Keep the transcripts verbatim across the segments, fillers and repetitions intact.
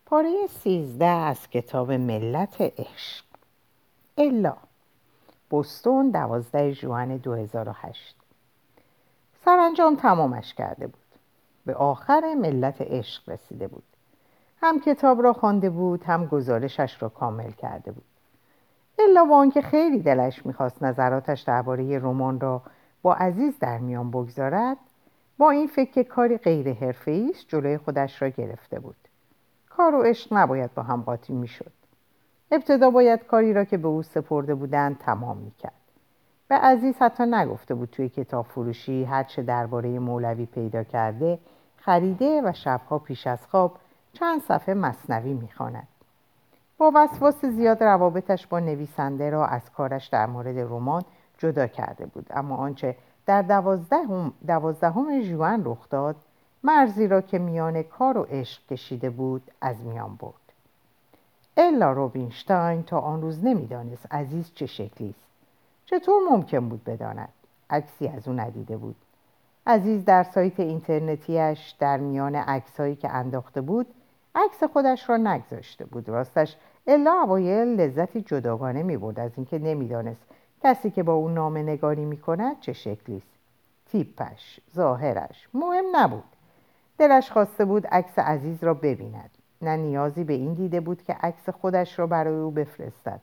پاره سیزده از کتاب ملت عشق. الا بوستون، دوازده ژوئن دو هزار و هشت. سرانجام تمامش کرده بود. به آخر ملت عشق رسیده بود. هم کتاب را خوانده بود، هم گزارشش را کامل کرده بود. الا با آنکه خیلی دلش می‌خواست نظراتش درباره رمان را با عزیز در میان بگذارد، با این فکر که کاری غیر حرفه‌ای است جلوی خودش را گرفته بود. کار و عشق نباید با هم قاطی می‌شد. ابتدا باید کاری را که به او سپرده بودند تمام می‌کرد. به عزیز حتی نگفته بود توی کتاب فروشی هر چه درباره مولوی پیدا کرده خریده و شبها پیش از خواب چند صفحه مثنوی می‌خواند. با وسواس زیاد روابطش با نویسنده را از کارش در مورد رمان جدا کرده بود، اما آنچه در دوازدهم دوازدهم ژوئن رخ داد مرزی را که میان کار و عشق کشیده بود از میان برد. الا روبینشتاین تا آن روز نمیدانست عزیز چه شکلی است. چطور ممکن بود بداند؟ عکسی از او ندیده بود. عزیز در سایت اینترنتیش در میان عکسایی که انداخته بود عکس خودش را نگذاشته بود. راستش الا اوایل لذتی جداگانه می‌برد از اینکه نمی‌دانست کسی که با او نامه‌نگاری می‌کند چه شکلی است. تیپش، ظاهرش مهم نبود. دلش خواسته بود عکس عزیز را ببیند. نه نیازی به این دیده بود که عکس خودش را برای او بفرستد.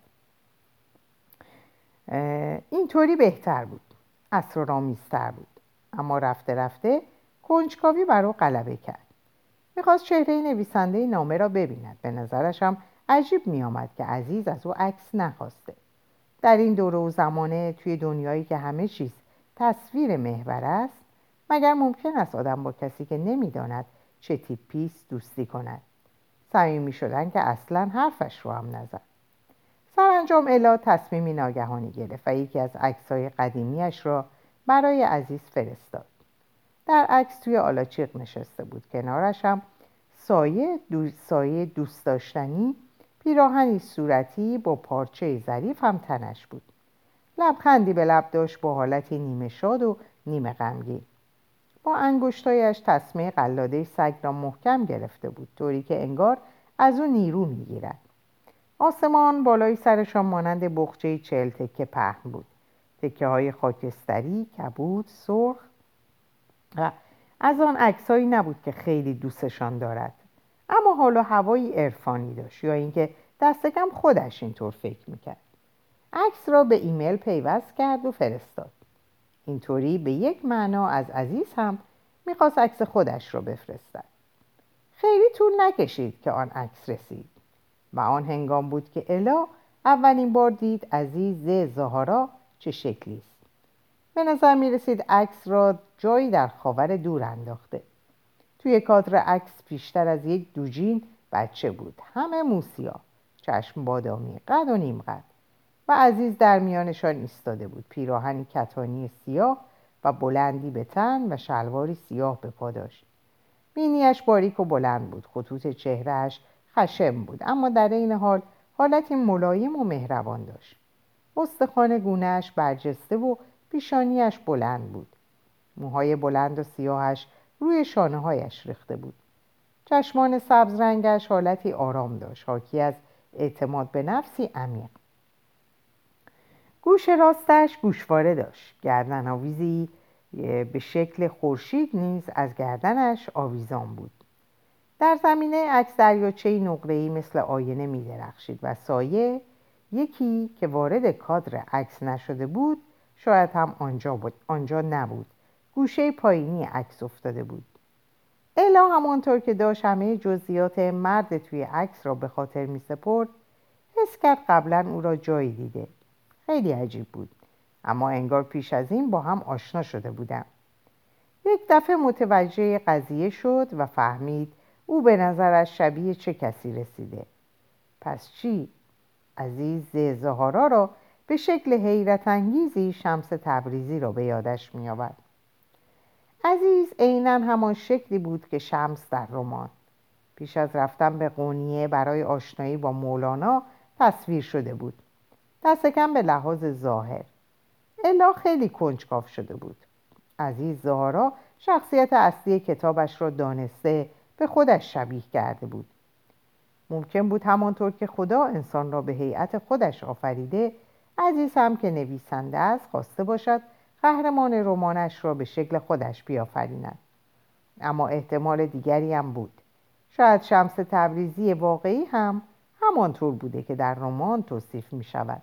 اینطوری بهتر بود، اسرارآمیزتر بود. اما رفته رفته کنجکاوی بر او غلبه کرد. میخواست چهره نویسنده نامه را ببیند. به نظرش هم عجیب میآمد که عزیز از او عکس نخواسته. در این دوره و زمانه، توی دنیایی که همه چیز تصویر محور است، مگر ممکن است آدم با کسی که نمیداند چه تیپی است دوستی کند؟ صمیمی شدن که اصلا حرفش رو هم نزد. سرانجام الا تصمیمی ناگهانی گرفت و یکی از عکس‌های قدیمیش را برای عزیز فرستاد. در عکس توی آلاچیق نشسته بود. کنارش هم سایه دو... سایه دوست داشتنی، پیراهنی صورتی با پارچه ظریف هم تنش بود. لبخندی به لب داشت با حالتی نیمه شاد و نیمه غمگین. با انگشتایش تسمه قلاده سگ را محکم گرفته بود، طوری که انگار از او نیرو میگیرد. آسمان بالای سرشان مانند بقچه چهل تکه پهن بود. تکه های خاکستری، کبود، سرخ. و از آن عکسایی نبود که خیلی دوستشان دارد، اما حالا هوایی عرفانی داشت، یا اینکه دست کم خودش اینطور فکر میکرد. عکس را به ایمیل پیوست کرد و فرستاد. اینطوری به یک معنا از عزیز هم میخواست عکس خودش را بفرستد. خیلی طول نکشید که آن عکس رسید و آن هنگام بود که الا اولین بار دید عزیز زهارا چه شکلی است. به نظر می رسید عکس را جایی در خاور دور انداخته. توی کادر عکس پیشتر از یک دوجین بچه بود، همه موسیا، چشم بادامی، قد و نیم قد، و عزیز در میانشان ایستاده بود. پیراهنی کتانی سیاه و بلندی به تن و شلواری سیاه به پا داشت. بینیش باریک و بلند بود، خطوط چهرهش خشن بود، اما در این حال حالتی ملایم و مهربان داشت. استخوان گونه‌اش برجسته و پیشانیش بلند بود. موهای بلند و سیاهش روی شانه‌هایش ریخته بود. چشمان سبز رنگش حالتی آرام داشت، حاکی از اعتماد به نفسی عمیق. گوش راستش گوشواره داشت. گردن آویزی به شکل خورشید نیز از گردنش آویزان بود. در زمینه عکس دریاچه‌ای نقره‌ای مثل آینه می‌درخشید و سایه، یکی که وارد کادر عکس نشده بود، شاید هم آنجا بود. آنجا نبود. گوشه پایینی عکس افتاده بود. الا همانطور که داشت همه جزئیات مرد توی عکس را به خاطر می‌سپرد، حس کرد قبلا او را جایی دیده. خیلی عجیب بود، اما انگار پیش از این با هم آشنا شده بودم. یک دفعه متوجه قضیه شد و فهمید او به نظرش شبیه چه کسی رسیده. پس چی؟ عزیز زهارا را به شکل حیرت انگیزی شمس تبریزی را به یادش می آورد. عزیز عیناً همان شکلی بود که شمس در رمان. پیش از رفتن به قونیه برای آشنایی با مولانا تصویر شده بود، دست کم به لحاظ ظاهر. الا خیلی کنجکاو شده بود. عزیز زهارا شخصیت اصلی کتابش را دانسته به خودش شبیه کرده بود. ممکن بود همانطور که خدا انسان را به هیئت خودش آفریده، عزیز هم که نویسنده است خواسته باشد قهرمان رمانش را به شکل خودش بیافریند. اما احتمال دیگری هم بود. شاید شمس تبریزی واقعی هم همانطور بوده که در رمان توصیف می شود.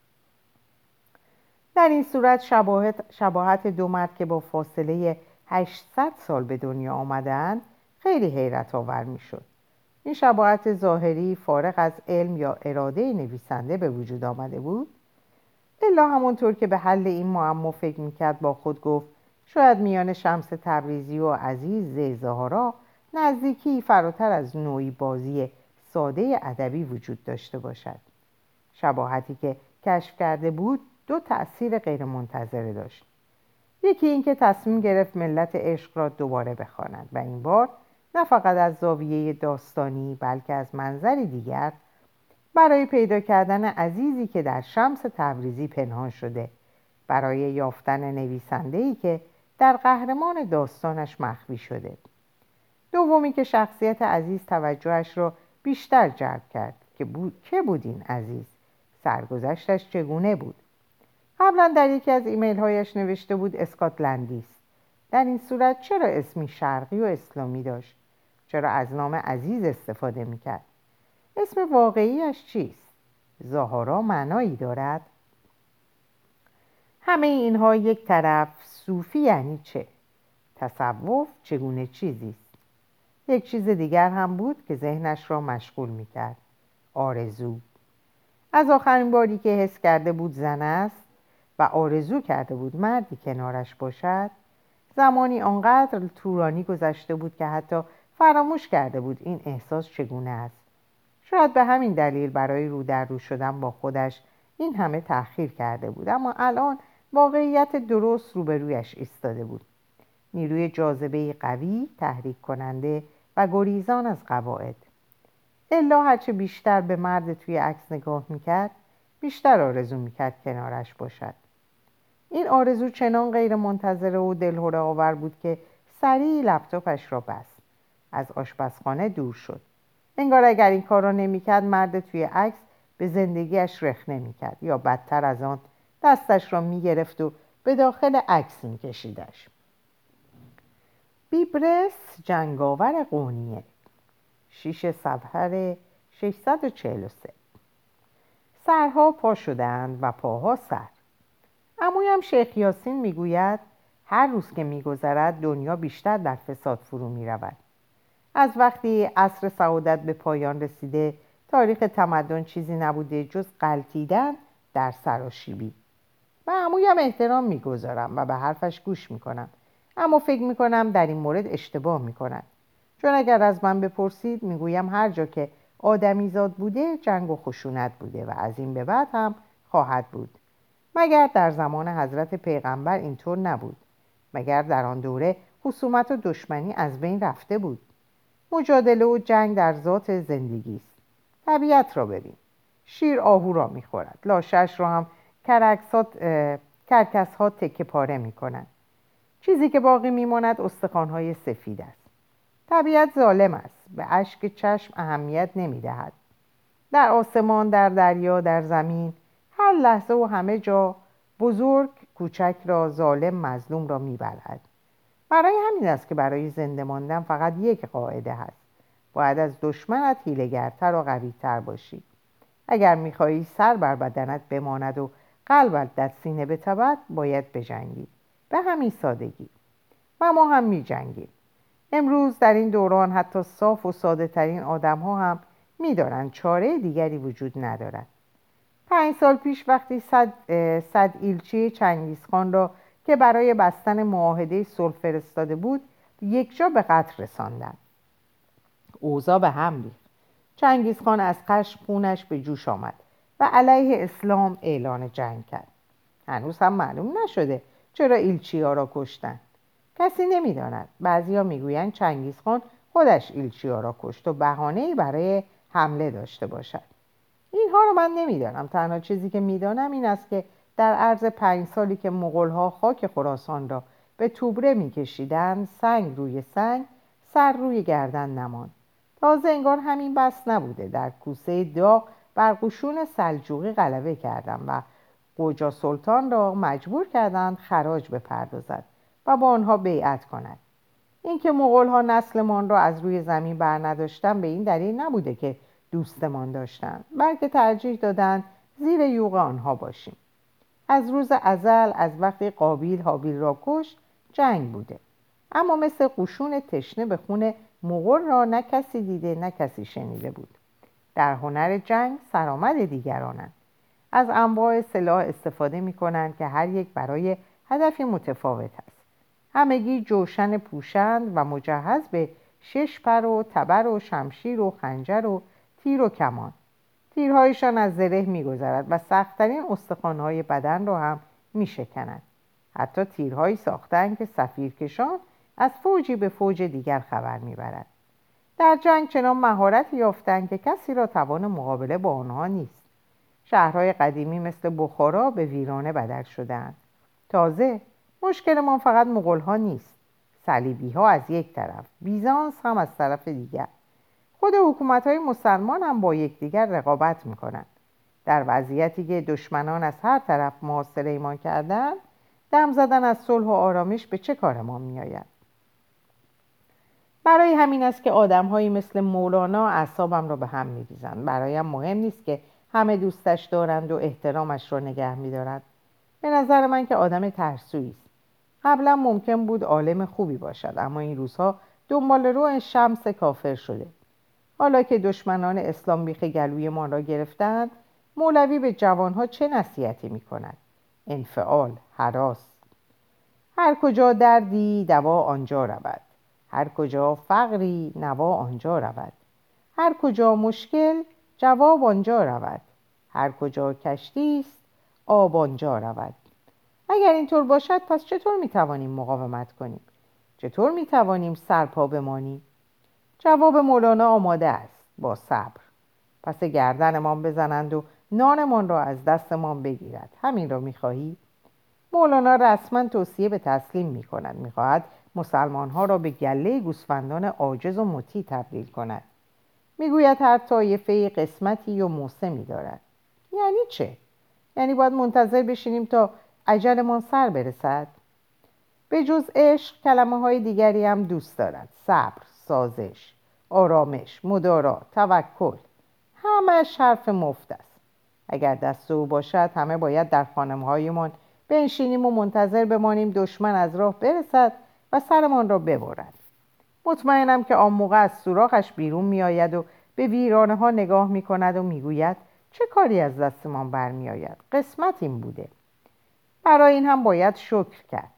در این صورت شباهت, شباهت دو مرد که با فاصله هشتصد سال به دنیا آمدند خیلی حیرت آور می شد. این شباهت ظاهری فارغ از علم یا اراده نویسنده به وجود آمده بود. الا همونطور که به حل این معما فکر میکرد با خود گفت شاید میان شمس تبریزی و عزیز زهارا نزدیکی فراتر از نوعی بازی ساده ادبی وجود داشته باشد. شباهتی که کشف کرده بود دو تأثیر غیرمنتظره داشت. یکی این که تصمیم گرفت ملت عشق را دوباره بخواند و این بار نه فقط از زاویه داستانی بلکه از منظری دیگر برای پیدا کردن عزیزی که در شمس تبریزی پنهان شده، برای یافتن نویسنده‌ای که در قهرمان داستانش مخفی شده. دومی که شخصیت عزیز توجهش را بیشتر جلب کرد که بود که بود این عزیز، سرگذشتش چگونه بود. قبلا در یکی از ایمیل هایش نوشته بود اسکاتلندی است. در این صورت چرا اسمی شرقی و اسلامی داشت؟ چرا از نام عزیز استفاده میکرد؟ اسم واقعیش چیست؟ زهارا معنایی دارد؟ همه اینها یک طرف. صوفی یعنی چه؟ تصوف چگونه چیزیست؟ یک چیز دیگر هم بود که ذهنش را مشغول میکرد. آرزو. از آخرین باری که حس کرده بود زن است و آرزو کرده بود مردی کنارش باشد، زمانی آنقدر طولانی گذشته بود که حتی فراموش کرده بود این احساس چگونه است. شاید به همین دلیل برای رو در رو شدن با خودش این همه تأخیر کرده بود، اما الان واقعیت درست روبرویش ایستاده بود. نیروی جاذبه قوی، تحریک کننده و گریزان از قواعد. الا هرچه بیشتر به مرد توی عکس نگاه میکرد، بیشتر آرزو میکرد کنارش باشد. این آرزو چنان غیر منتظره و دلهره آور بود که سریع لپتاپش را بست. از آشپزخانه دور شد. انگار اگر این کار را نمی‌کرد مرد توی عکس به زندگیش رخنه می‌کرد یا بدتر از آن دستش را می‌گرفت و به داخل عکس می‌کشیدش. بیبرس جنگاور قونیه. شیش صفحه ششصد و چهل و سه. سرها پا شدند و پاها سر. عمویم شیخ یاسین میگوید هر روز که میگذرد دنیا بیشتر در فساد فرو میرود. از وقتی عصر سعادت به پایان رسیده تاریخ تمدن چیزی نبوده جز غلتیدن در سراشیبی. و عمویم احترام میگذارم و به حرفش گوش میکنم، اما فکر میکنم در این مورد اشتباه میکنن. چون اگر از من بپرسید میگویم هر جا که آدمیزاد بوده جنگ و خشونت بوده و از این به بعد هم خواهد بود. مگر در زمان حضرت پیغمبر اینطور نبود؟ مگر در آن دوره خصومت و دشمنی از بین رفته بود؟ مجادله و جنگ در ذات زندگی است. طبیعت را ببین. شیر آهو را میخورد، لاشش را هم کرکس ها تکه پاره میکنند. چیزی که باقی میماند استخوان‌های سفید است. طبیعت ظالم است، به اشک چشم اهمیت نمیدهد. در آسمان، در دریا، در زمین، هر لحظه و همه جا بزرگ کوچک را، ظالم مظلوم را میبرد. برای همین است که برای زنده ماندن فقط یک قاعده هست: باید از دشمنت حیله‌گرتر و قوی‌تر باشی. اگر میخواهی سر بر بدنت بماند و قلبت در سینه بتپد، باید بجنگی. به همین سادگی. و ما هم میجنگیم. امروز در این دوران حتی صاف و ساده ترین آدم ها هم میدانند چاره دیگری وجود ندارد. پنج سال پیش وقتی صد, صد ایلچی چنگیزخان را که برای بستن معاهده صلح فرستاده بود یک جا به قتل رساندند. اوضاع به هم ریخت. چنگیزخان از خشم خونش به جوش آمد و علیه اسلام اعلان جنگ کرد. هنوز هم معلوم نشده چرا ایلچی‌ها را کشتند. کسی نمی‌داند. بعضیا میگویند چنگیزخان خودش ایلچی‌ها را کشت و بهانه‌ای برای حمله داشته باشد. اینها رو من نمی‌دانم. تنها چیزی که می‌دانم این است که در عرض پنج سالی که مغول‌ها خاک خراسان را به توبره می‌کشیدند، سنگ روی سنگ، سر روی گردن نماند. تازه انگار همین بس نبوده، در کوسه داغ بر قشون سلجوقی غلبه کردند و قوجا سلطان را مجبور کردند خراج بپردازد و با آنها بیعت کند. اینکه مغول‌ها نسلمان را از روی زمین برنداشتن به این دلیل نبوده که دوستمان داشتند، بلکه ترجیح دادند زیر یوغ آنها باشیم. از روز ازل، از وقتی قابیل حابیل را کشت، جنگ بوده. اما مثل قشون تشنه به خون مغول را نه کسی دیده نه کسی شنیده بود. در هنر جنگ سرآمد دیگرانند. از انواع سلاح استفاده می کنند که هر یک برای هدفی متفاوت است. همگی جوشن پوشند و مجهز به شش پر و تبر و شمشیر و خنجر و تیر و کمان. تیرهایشان از زره می گذرد و سختترین استخوان‌های بدن را هم می شکند. حتی تیرهایی ساختند که صفیرکشان از فوجی به فوج دیگر خبر می برد. در جنگ چنان مهارت یافتند که کسی را توان مقابله با آنها نیست. شهرهای قدیمی مثل بخارا به ویرانه بدل شدند. تازه مشکل ما فقط مغول‌ها نیست. صلیبی‌ها از یک طرف، بیزانس هم از طرف دیگر. خود حکومت‌های مسلمان هم با یکدیگر رقابت می‌کنند. در وضعیتی که دشمنان از هر طرف محاصره ایمان کردند، دم زدن از صلح و آرامش به چه کار ما می‌آید؟ برای همین است که آدم‌هایی مثل مولانا اعصابم را به هم می‌ریزند. برایم مهم نیست که همه دوستش دارند و احترامش را نگه می‌دارند. به نظر من که آدم ترسویی است. قبلا ممکن بود عالم خوبی باشد، اما این روزها دنبال رو شمس کافر شده. حالا که دشمنان اسلام بیخ گلویمان را گرفتند، مولوی به جوانها چه نصیحتی می‌کند؟ انفعال، هراس. هر کجا دردی دوا آنجا رود، هر کجا فقری نوا آنجا رود، هر کجا مشکل جواب آنجا رود، هر کجا کشتی است آب آنجا رود. اگر اینطور باشد پس چطور میتوانیم مقاومت کنیم؟ چطور میتوانیم سرپا بمانیم؟ جواب مولانا آماده است: با صبر. پس گردنمان بزنند و نانمان را از دستمان بگیرد. همین را میخواهی؟ مولانا رسما توصیه به تسلیم میکند. میخواهد مسلمانها را به گله گوسفندان عاجز و مطیع تبدیل کند. میگوید هر طایفه قسمتی و موسمی دارد. یعنی چه؟ یعنی باید منتظر بشینیم تا اجلمان سر برسد؟ به جز عشق کلمه های دیگری هم دوست دارد: صبر، سازش، آرامش، مدارا، توکل. همه حرف مفت است. اگر دست او باشد همه باید در خانه‌هایمان بنشینیم و منتظر بمانیم دشمن از راه برسد و سرمان را ببرد. مطمئنم که آن موقع از سوراخش بیرون می آید و به ویرانه ها نگاه می کند و می گوید چه کاری از دستمان برمی آید؟ قسمت این بوده. برای این هم باید شکر کرد.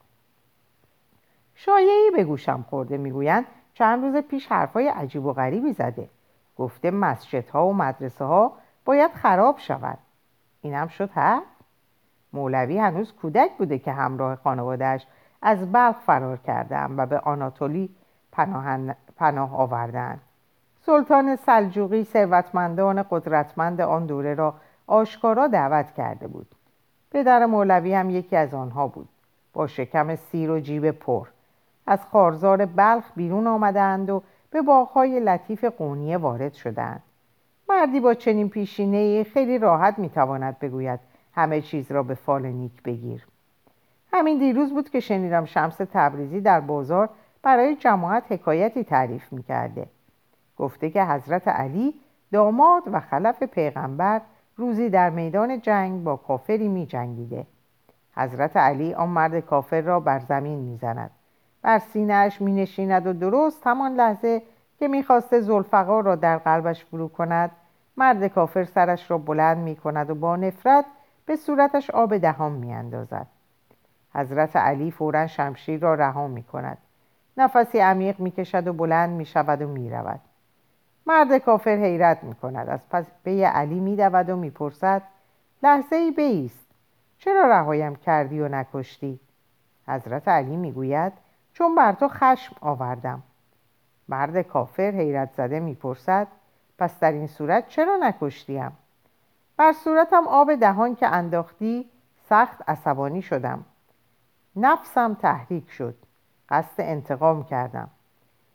شایعی به گوشم خورده، میگویند چند روز پیش حرفای عجیب و غریبی زده. گفته مسجدها و مدرسه ها باید خراب شود. اینم شد حرف؟ مولوی هنوز کودک بوده که همراه خانواده‌اش از بلخ فرار کردند و به آناتولی پناه, پناه آوردند. سلطان سلجوقی ثروتمندان قدرتمند آن دوره را آشکارا دعوت کرده بود. پدر مولوی هم یکی از آنها بود، با شکم سیر و جیب پر. از خارزار بلخ بیرون آمدند و به باغ‌های لطیف قونیه وارد شدند. مردی با چنین پیشینه‌ای خیلی راحت می‌تواند بگوید همه چیز را به فال نیک بگیر. همین دیروز بود که شنیدم شمس تبریزی در بازار برای جماعت حکایتی تعریف می‌کرده. گفته که حضرت علی داماد و خلف پیغمبر روزی در میدان جنگ با کافری می‌جنگیده. حضرت علی آن مرد کافر را بر زمین می‌زند، بر سینه‌اش می‌نشیند و درست همان لحظه که می‌خواسته ذوالفقار را در قلبش فرو کند، مرد کافر سرش را بلند می‌کند و با نفرت به صورتش آب دهان می‌اندازد. حضرت علی فوراً شمشیر را رها می‌کند، نفسی عمیق می‌کشد و بلند می‌شود و می‌رود. مرد کافر حیرت می‌کند، از پس پی علی می‌دود و می‌پرسد: لحظه‌ای بایست، چرا رهایم کردی و نکشتی؟ حضرت علی می‌گوید: چون بر تو خشم آوردم. مرد کافر حیرت زده می‌پرسد: پس در این صورت چرا نکشتیم؟ بر صورتم آب دهان که انداختی سخت عصبانی شدم. نفسم تحریک شد. قصد انتقام کردم.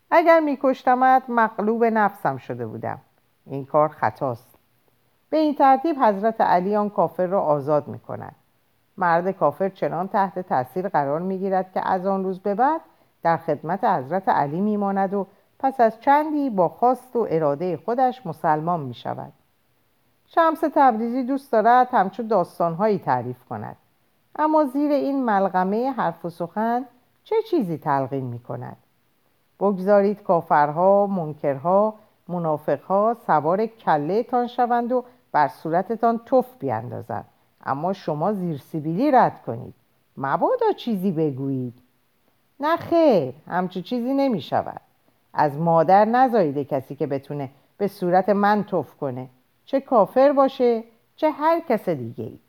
اگر میکشتمت مغلوب نفسم شده بودم. این کار خطاست. به این ترتیب حضرت علی آن کافر را آزاد میکند. مرد کافر چنان تحت تاثیر قرار میگیرد که از آن روز به بعد در خدمت حضرت علی میماند و پس از چندی با خواست و اراده خودش مسلمان میشود. شمس تبریزی دوست دارد همچون داستانهایی تعریف کند، اما زیر این ملغمه حرف و سخن چه چیزی تلقین میکند؟ بگذارید کافرها، منکرها، منافقها سوار کله تان شوند و بر صورتتان تف بیاندازند، اما شما زیر سیبیلی رد کنید، مبادا چیزی بگویید. نه خیر، همچون چیزی نمی شود. از مادر نزاییده کسی که بتونه به صورت من تف کنه، چه کافر باشه چه هر کس دیگه ای.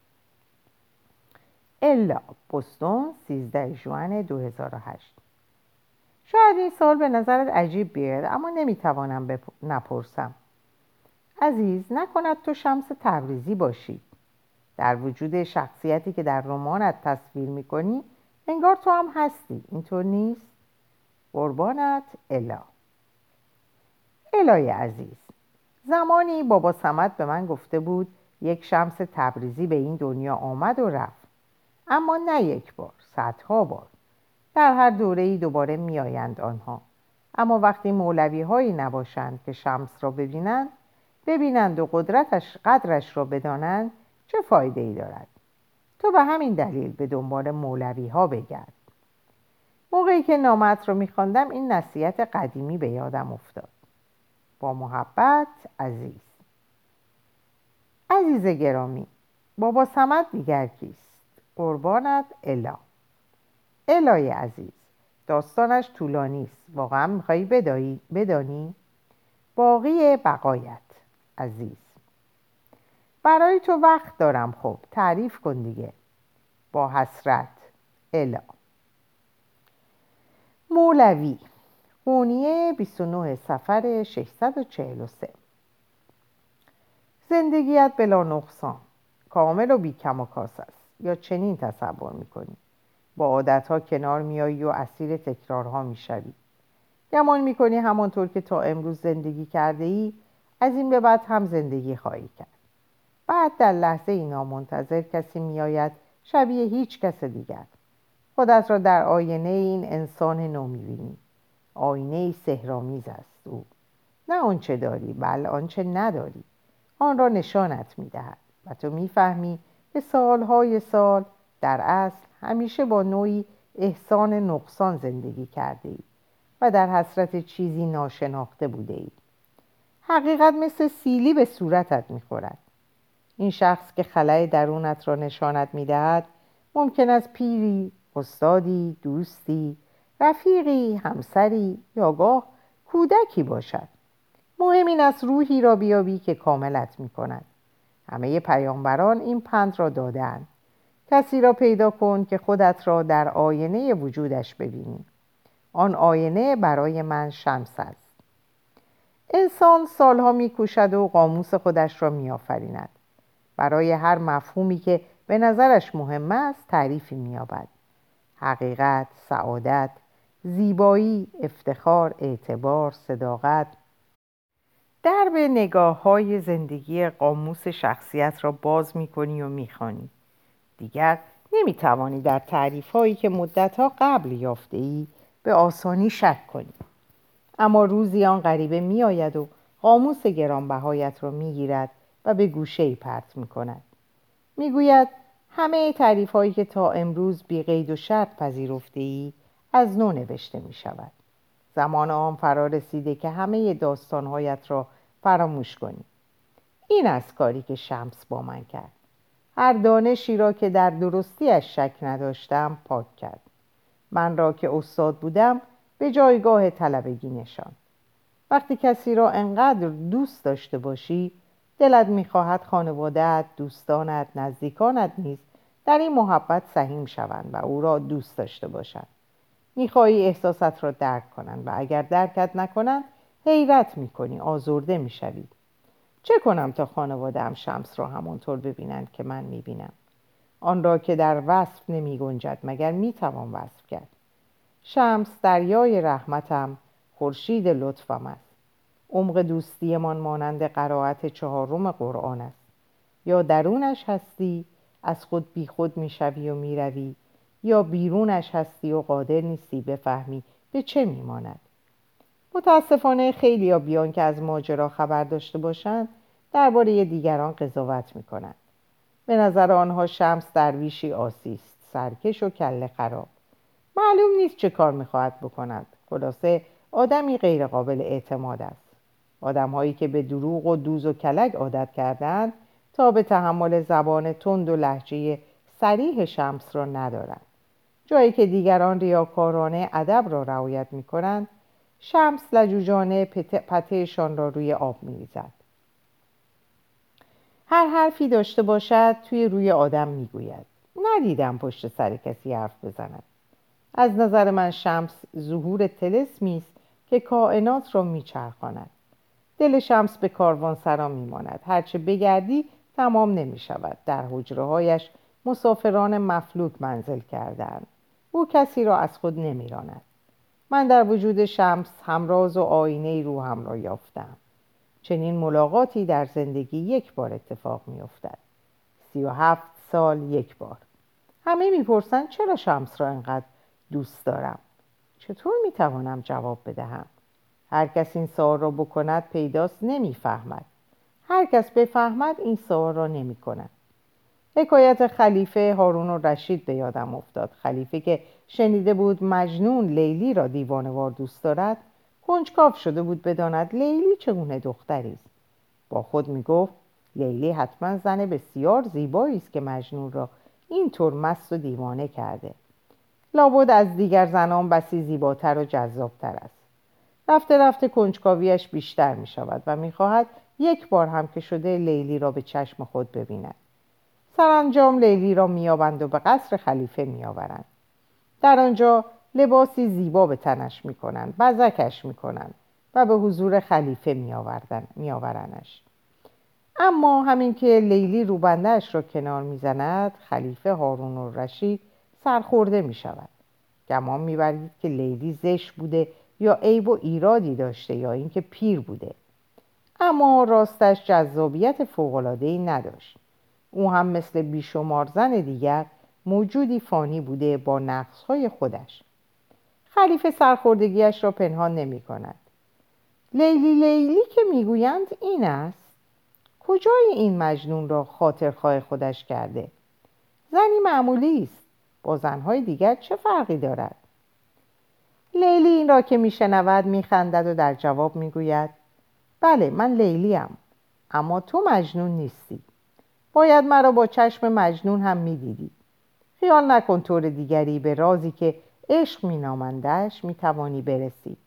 الا بوستون سیزده ژوئن دو هزار و هشت. شاید این سال به نظرت عجیب بیاد، اما نمیتوانم بپ... نپرسم. عزیز، نکند تو شمس تبریزی باشی؟ در وجود شخصیتی که در رمانت تصویر میکنی انگار تو هم هستی، اینطور نیست؟ قربانت، الا. الای عزیز، زمانی بابا صمد به من گفته بود یک شمس تبریزی به این دنیا آمد و رفت، اما نه یک بار، صدها بار. در هر دوره‌ای دوباره میآیند آنها، اما وقتی مولوی هایی نباشند که شمس را ببینند ببینند و قدرتش قدرش را بدانند، چه فایده ای دارد؟ تو به همین دلیل به دنبال مولوی ها بگرد. موقعی که نامت رو میخواندم این نصیحت قدیمی به یادم افتاد. با محبت، عزیز. عزیز گرامی، بابا صمد دیگر کیست؟ قربانت، الا. الای عزیز، داستانش طولانی است. واقعا میخوایی بدایی بدانی؟ باقی بقایت، عزیز. برای تو وقت دارم، خب تعریف کن دیگه. با حسرت، الا. مولوی، قونیه بیست و نه صفر ششصد و چهل و سه. زندگیت بلا نقصان، کامل و بی کم و کاس است، یا چنین تصور میکنی؟ با عادتها کنار میایی و اسیر تکرارها میشوی. گمان میکنی همانطور که تا امروز زندگی کرده ای از این به بعد هم زندگی خواهی کرد. بعد در لحظه ای نامنتظر کسی میآید شبیه هیچ کس دیگر. خودت را در آینه این انسان نو میبینی. آینه سحرآمیز است او. نه آنچه داری، بل آنچه نداری. آن را نشانت میدهد و تو میفهمی که سالهای سال در اصل همیشه با نوعی احسان نقصان زندگی کرده ای و در حسرت چیزی ناشناخته بوده ای. حقیقت مثل سیلی به صورتت میخورد. این شخص که خلأ درونت را نشانت میدهد ممکن است پیری، استادی، دوستی، رفیقی، همسری یا گاه کودکی باشد. مهم این است روحی را بیابی که کاملت میکند. همه پیامبران این پند را دادند. کسی را پیدا کن که خودت را در آینه وجودش ببینی. آن آینه برای من شمس است. انسان سالها میکوشد و قاموس خودش را میآفریند. برای هر مفهومی که به نظرش مهم است تعریفی مییابد. حقیقت، سعادت، زیبایی، افتخار، اعتبار، صداقت. در به نگاه های زندگی قاموس شخصیت را باز میکنی و میخوانی. دیگر نمیتوانی در تعریف هایی که مدتها قبل یافته ای به آسانی شک کنی. اما روزی آن غریبه میآید و قاموس گرانبهایت را میگیرد و به گوشه‌ای پرت میکند. میگوید همه تعریف هایی که تا امروز بی قید و شرط پذیرفته ای از نو نوشته می شود. زمان آن فرا رسیده که همه داستانهایت را فراموش کنی. این است کاری که شمس با من کرد. هر دانشی را که در درستیش شک نداشتم پاک کرد. من را که استاد بودم به جایگاه طلبگی نشان. وقتی کسی را انقدر دوست داشته باشی دلت می‌خواهد خانواده‌ات، دوستانت، نزدیکانت نیز در این محبت سهیم شوند و او را دوست داشته باشند. می‌خواهی احساسات را درک کنند و اگر درکت نکنند حیرت می‌کنی، آزرده می‌شوی. چه کنم تا خانواده‌ام شمس را همانطور ببینند که من می‌بینم؟ آن را که در وصف نمی‌گنجد مگر می‌توان وصف کرد؟ شمس دریای رحمتم، خورشید لطفم است. عمق دوستیمان مانند قرائت چهارم قرآن است. یا درونش هستی، از خود بی خود میشوی و میروی، یا بیرونش هستی و قادر نیستی بفهمی به چه میماند. متاسفانه خیلی ها بیان که از ماجرا خبر داشته باشند درباره دیگران قضاوت میکنند. به نظر آنها شمس درویشی عاصی است، سرکش و کله خراب. معلوم نیست چه کار میخواهد بکند. خلاصه آدمی غیر قابل اعتماد است. آدمهایی که به دروغ و دوز و کلک عادت کردند تا به تحمل زبان تند و لهجه صریح شمس را ندارند. جایی که دیگران ریاکارانه ادب را رعایت میکنند، شمس لجوجانه پتهشان را روی آب میریزد. هر حرفی داشته باشد توی روی آدم میگوید. ندیدم پشت سر کسی حرف بزند. از نظر من شمس ظهور طلسمی است که کائنات را میچرخاند. دل شمس به کاروانسرا میماند. هرچه بگردی تمام نمیشود. در حجره‌هایش مسافران مفلوک منزل کردند. او کسی را از خود نمیراند. من در وجود شمس همراز و آینه روحم را یافتم. چنین ملاقاتی در زندگی یک بار اتفاق میافتد. سی و هفت سال یک بار. همه میپرسند چرا شمس را انقدر دوست دارم. چطور میتوانم جواب بدهم؟ هر کس این سوال را بکند پیداست نمیفهمد. هر کس بفهمد این سوال را نمیکند. حکایت خلیفه هارون الرشید به یادم افتاد. خلیفه که شنیده بود مجنون لیلی را دیوانه‌وار دوست دارد، کنجکاو شده بود بداند لیلی چگونه دختری است. با خود میگفت لیلی حتما زن بسیار زیبایی است که مجنون را اینطور مست و دیوانه کرده. لابد از دیگر زنان بسی زیباتر و جذابتر است. رفته رفته کنجکاویش بیشتر می شود و می خواهد یک بار هم که شده لیلی را به چشم خود ببیند. سرانجام لیلی را می یابند و به قصر خلیفه می آورند. در آنجا لباسی زیبا به تنش می کنند، بزکش می کنند و به حضور خلیفه می آوردن، می آورنش. اما همین که لیلی روبنده‌اش را کنار می زند، خلیفه هارون الرشید سرخورده می شود. گمان می برید که لیلی زشت بوده یا عیب و ایرادی داشته یا اینکه پیر بوده. اما راستش جذابیت فوق‌العاده‌ای نداشت. او هم مثل بیشمار زن دیگر موجودی فانی بوده با نقص‌های خودش. خلیفه سرخوردگیش را پنهان نمی کند. لیلی لیلی که میگویند این است. کجای این مجنون را خاطرخواه خودش کرده؟ زنی معمولی است. با زنهای دیگر چه فرقی دارد؟ لیلی این را که میشنود میخندد و در جواب میگوید بله من لیلیم، اما تو مجنون نیستی. باید مرا با چشم مجنون هم میدیدی. خیال نکن طور دیگری به رازی که عشق مینامندش میتوانی برسی.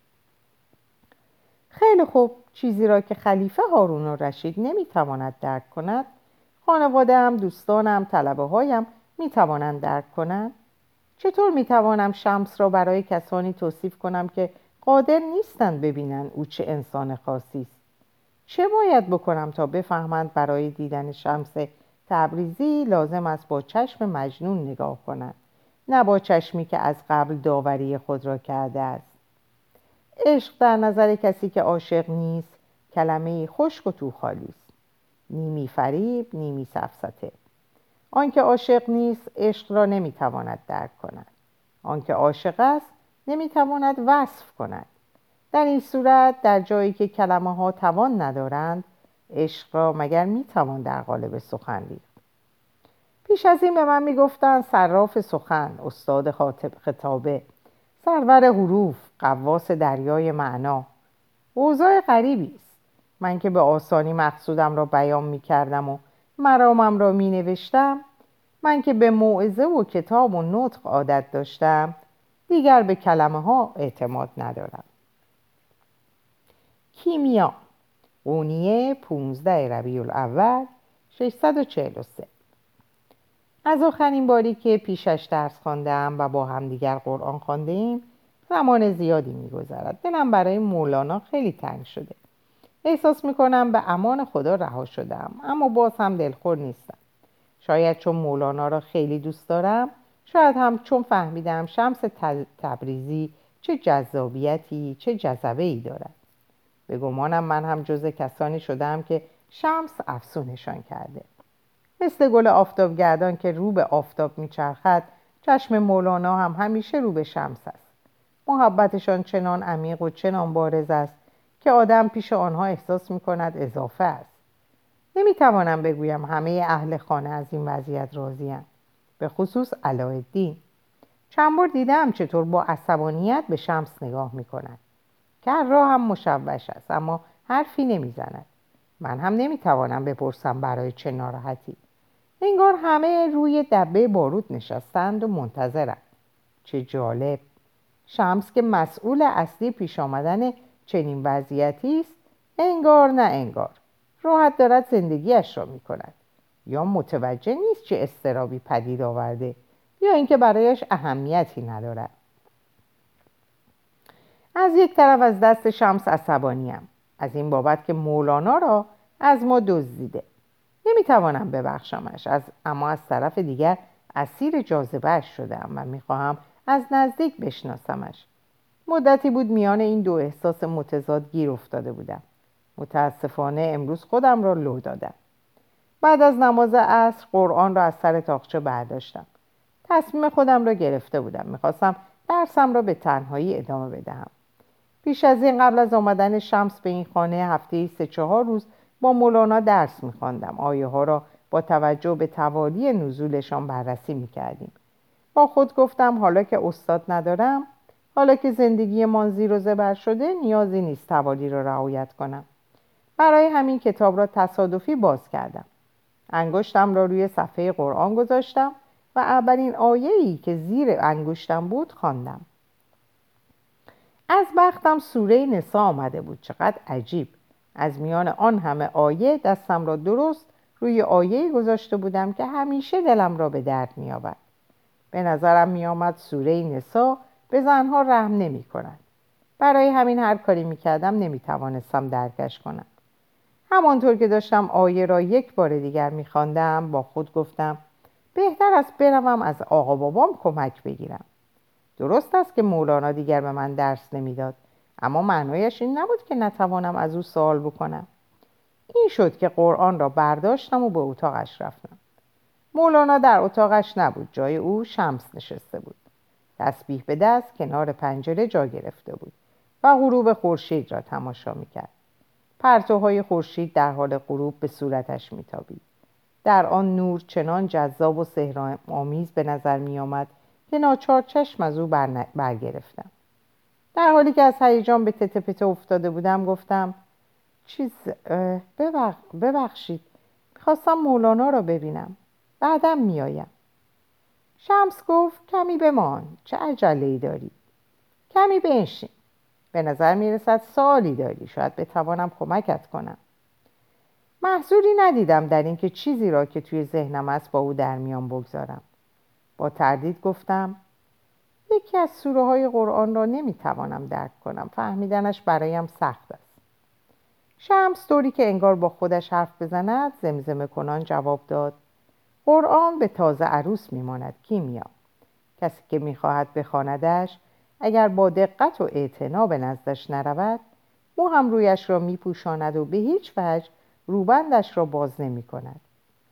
خیلی خوب، چیزی را که خلیفه هارون الرشید نمیتواند درک کند، خانواده‌ام، دوستانم، طلبه هایم میتوانند درک کنند. چطور میتوانم شمس را برای کسانی توصیف کنم که قادر نیستند ببینند او چه انسان خاصی است؟ چه باید بکنم تا بفهمند برای دیدن شمس تبریزی لازم است با چشم مجنون نگاه کنند، نه با چشمی که از قبل داوری خود را کرده است؟ عشق در نظر کسی که عاشق نیست کلمه‌ای خشک و توخالی است، نیمی فریب نیمی سفسطه. آنکه عاشق نیست عشق را نمیتواند درک کند. آنکه عاشق است نمیتواند وصف کند. در این صورت در جایی که کلمه ها توان ندارند، عشق را مگر میتوان در قالب سخن ریخت؟ پیش از این به من میگفتند صراف سخن، استاد خطابه، سرور حروف، غواص دریای معنا. اوضاع غریبی است. من که به آسانی مقصودم را بیان میکردم و مرامم را مینوشتم، من که به موعظه و کتاب و نطق عادت داشتم، دیگر به کلمه ها اعتماد ندارم. کیمیا، قونیه پانزده ربیع الاول ششصد و چهل و سه. از آخرین باری که پیشش درس خواندم و با هم دیگر قرآن خواندیم زمان زیادی می‌گذرد. دلم برای مولانا خیلی تنگ شده. احساس می‌کنم به امان خدا رها شدم، اما باز هم دلخور نیستم. شاید چون مولانا را خیلی دوست دارم، شاید هم چون فهمیدم شمس تبریزی چه جذابیتی، چه جذبه‌ای دارد. به گمانم من هم جز کسانی شدم که شمس افسونشان کرده. مثل گل آفتابگردان که رو به آفتاب میچرخد، چشم مولانا هم همیشه رو به شمس است. محبتشان چنان عمیق و چنان بارز است که آدم پیش آنها احساس می‌کند اضافه است. نمی‌توانم بگویم همه اهل خانه از این وضعیت راضی‌اند، به خصوص علاءالدین. چند بار دیدم چطور با عصبانیت به شمس نگاه می‌کند که هر راه هم مشوش است، اما حرفی نمی‌زند. من هم نمی‌توانم بپرسم برای چه ناراحتی. انگار همه روی دبه بارود نشستند و منتظرند. چه جالب! شمس که مسئول اصلی پیش آمدن چنین وضعیتی است، انگار نه انگار راحت دارد زندگیش را می کند. یا متوجه نیست چه اضطرابی پدید آورده، یا اینکه برایش اهمیتی ندارد. از یک طرف از دست شمس عصبانیم، از این بابت که مولانا را از ما دزدیده. نمیتوانم ببخشمش، از اما از طرف دیگر اسیر جاذبه‌اش شدم و میخواهم از نزدیک بشناسمش. مدتی بود میان این دو احساس متضاد گیر افتاده بودم. متاسفانه امروز خودم را لو دادم. بعد از نماز عصر قرآن را از سر طاقچه برداشتم. تصمیم خودم را گرفته بودم. میخواستم درسم را به تنهایی ادامه بدهم. پیش از این قبل از آمدن شمس به این خانه هفته‌ای سه چهار روز با مولانا درس می‌خواندم. آیه ها را با توجه به توالی نزولشان بررسی می‌کردیم. با خود گفتم حالا که استاد ندارم، حالا که زندگی من زیر و زبر شده، نیازی نیست توالی را رعایت کنم. برای همین کتاب را تصادفی باز کردم. انگشتم را روی صفحه قرآن گذاشتم و اولین آیه‌ای که زیر انگشتم بود خواندم. از بختم سوره نساء آمده بود. چقدر عجیب! از میان آن همه آیه دستم را درست روی آیه‌ای گذاشته بودم که همیشه دلم را به درد می‌آورد. به نظرم می‌آمد سوره نساء به زنها رحم نمی‌کند. برای همین هر کاری می‌کردم نمی‌توانستم درکش کنم. همانطور که داشتم آیه را یک بار دیگر می‌خواندم با خود گفتم بهتر است بروم از آقا بابام کمک بگیرم. درست است که مولانا دیگر به من درس نمیداد، اما معنایش این نبود که نتوانم از او سوال بکنم. این شد که قرآن را برداشتم و به اتاقش رفتم. مولانا در اتاقش نبود، جای او شمس نشسته بود. تسبیح به دست کنار پنجره جا گرفته بود و غروب خورشید را تماشا میکرد. پرتوهای خورشید در حال غروب به صورتش میتابید. در آن نور چنان جذاب و سحرآمیز به نظر میآمد که ناچار چشم از او بر برگرفتم. در حالی که از هیجان به تته پته افتاده بودم گفتم چیز ببخ... ببخشید میخواستم مولانا را ببینم، بعدم میایم. شمس گفت کمی بمان، چه عجله‌ای داری؟ کمی بنشین، به نظر میرسد سوالی داری، شاید بتوانم کمکت کنم. محذوری ندیدم در اینکه چیزی را که توی ذهنم است با او در میان بگذارم. با تردید گفتم یکی از سوره های قرآن را نمیتوانم درک کنم، فهمیدنش برایم سخت است. شمس طوری که انگار با خودش حرف بزند زمزمه کنان جواب داد قرآن به تازه عروس میماند کیمیا. کسی که میخواهد بخواندش اگر با دقت و اعتنا به نزدش نرود، او هم رویش را میپوشاند و به هیچ وجه روبندش را باز نمی کند.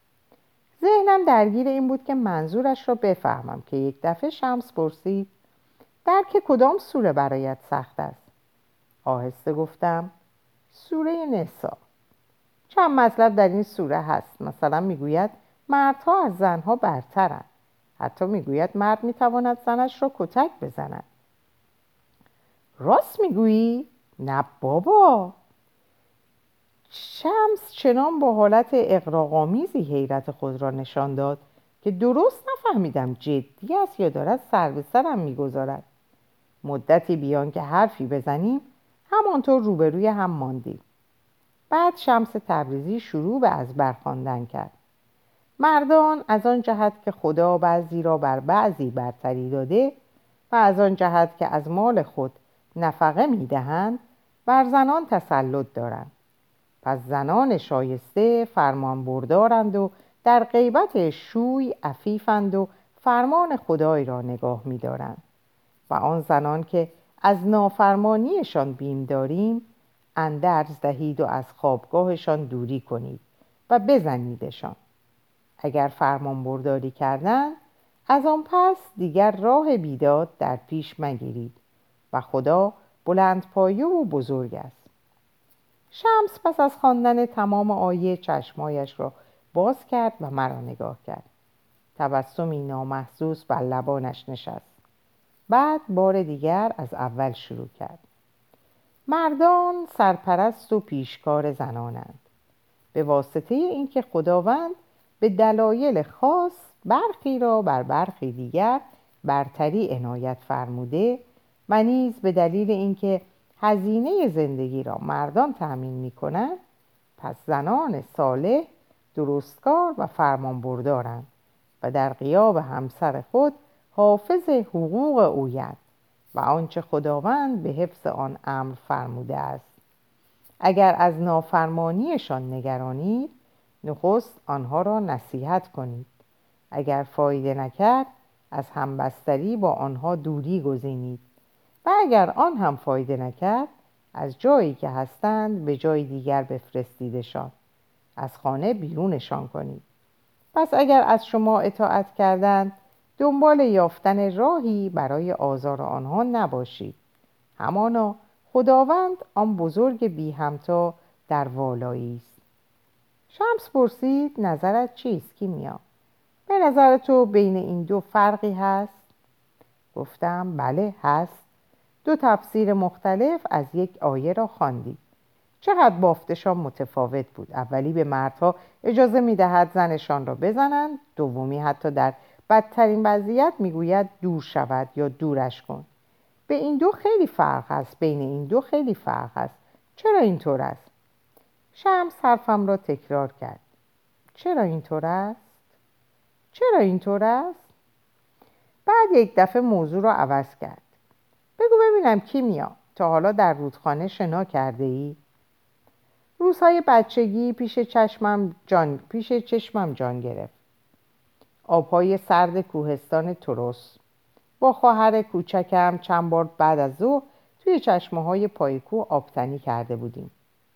ذهنم درگیر این بود که منظورش را بفهمم که یک دفعه شمس پرسید درک کدام سوره برایت سخت است؟ آهسته گفتم سوره نساء. چند مطلب در این سوره هست. مثلا میگوید مردها از زنها برترند. حتی میگوید مرد میتواند زنش را کتک بزند. راست میگویی؟ نه بابا. شمس چنان با حالت اغراق‌آمیزی حیرت خود را نشان داد که درست نفهمیدم جدی است یا دارد سر به سرم میگذارد. مدتی بیان که حرفی بزنیم همانطور روبروی هم ماندیم. بعد شمس تبریزی شروع به ازبر خواندن کرد. مردان از آن جهت که خدا بعضی را بر بعضی برتری داده و از آن جهت که از مال خود نفقه میدهند بر زنان تسلط دارند. پس زنان شایسته فرمان بردارند و در غیبت شوی عفیفند و فرمان خدای را نگاه می‌دارند و آن زنان که از نافرمانیشان بیم داریم، اندرز دهید و از خوابگاهشان دوری کنید و بزنیدشان. اگر فرمان برداری کردند، از آن پس دیگر راه بیداد در پیش مگیرید و خدا بلند پایه و بزرگ است. شمس پس از خواندن تمام آیه چشمایش را باز کرد و مرا نگاه کرد. تبسمی نامحسوس بر لبانش نشست. بعد بار دیگر از اول شروع کرد. مردان سرپرست و پیشکار زنانند. به واسطه اینکه خداوند به دلایل خاص برخی را بر برخی دیگر برتری عنایت فرموده و نیز به دلیل اینکه هزینه زندگی را مردان تأمین می‌کنند، پس زنان صالح، درستکار و فرمانبردارند و در غیاب همسر خود حافظ حقوق اویند و آنچه خداوند به حفظ آن امر فرموده است. اگر از نافرمانیشان نگرانید، نخست آنها را نصیحت کنید. اگر فایده نکرد، از همبستری با آنها دوری گزینید و اگر آن هم فایده نکرد، از جایی که هستند به جای دیگر بفرستیدشان، از خانه بیرونشان کنید. پس اگر از شما اطاعت کردند، دنبال یافتن راهی برای آزار آنها نباشید. همانا خداوند آن بزرگ بی همتا در والایی است. شمس پرسید نظرت چیست کیمیا؟ به نظر تو بین این دو فرقی هست؟ گفتم بله هست. دو تفسیر مختلف از یک آیه را خواندی. چقدر بافتشان متفاوت بود. اولی به مردها اجازه می‌دهد زنشان را بزنند، دومی حتی در بدترین وضعیت میگوید دور شود یا دورش کن. به این دو خیلی فرق هست. بین این دو خیلی فرق هست. چرا اینطور است؟ شمس حرفم را تکرار کرد. چرا اینطور است؟ چرا اینطور است؟ بعد یک دفعه موضوع را عوض کرد. بگو ببینم کیمیا، تا حالا در رودخانه شنا کرده ای؟ روزهای بچگی پیش چشمم جان پیش چشمم جان گرفت. آبهای سرد کوهستان توروس. با خواهر کوچکم چند بار بعد از ظهر توی چشمه‌های پای کوه آبتنی کرده بودیم.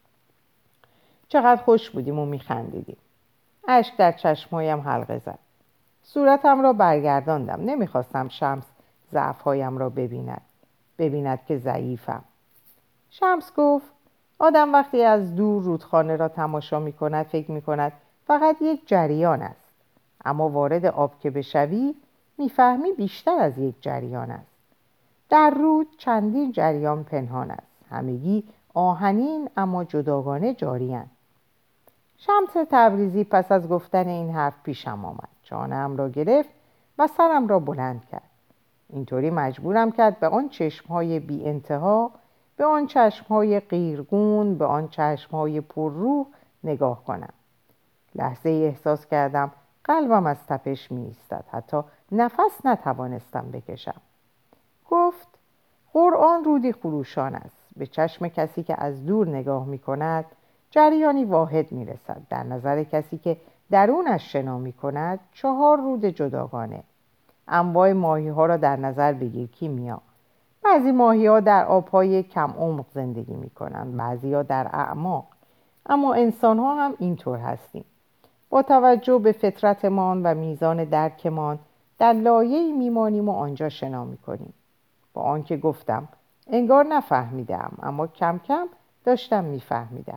چقدر خوش بودیم و میخندیدیم. اشک در چشمهایم حلقه زد. صورتم را برگرداندم. نمیخواستم شمس ضعف‌هایم را ببیند. ببیند که ضعیفم. شمس گفت آدم وقتی از دور رودخانه را تماشا میکند فکر میکند فقط یک جریان است. اما وارد آب که بشوی میفهمی بیشتر از یک جریان است. در رود چندین جریان پنهان است. همگی آهنین اما جداگانه جاری اند. شمس تبریزی پس از گفتن این حرف پیشم آمد. چانه‌ام را گرفت و سرم را بلند کرد. اینطوری مجبورم کرد به آن چشمهای بی انتها، به آن چشمهای قیرگون، به آن چشمهای پر روح نگاه کنم. لحظه ای احساس کردم قلبم از تپش می ایستد. حتی نفس نتوانستم بکشم. گفت قرآن رودی خروشان است. به چشم کسی که از دور نگاه می کند جریانی واحد می رسد. در نظر کسی که درونش شنا می کند چهار رود جداگانه. انواع ماهی ها را در نظر بگیر کیمیا. بعضی ماهی ها در آبهای کم عمق زندگی می کنند، بعضی ها در اعماق. اما انسان ها هم اینطور هستیم. با توجه به فطرتمان و میزان درکمان در لایه‌ای میمانیم و آنجا شنا میکنیم. با آنکه گفتم انگار نفهمیدم، اما کم کم داشتم میفهمیدم.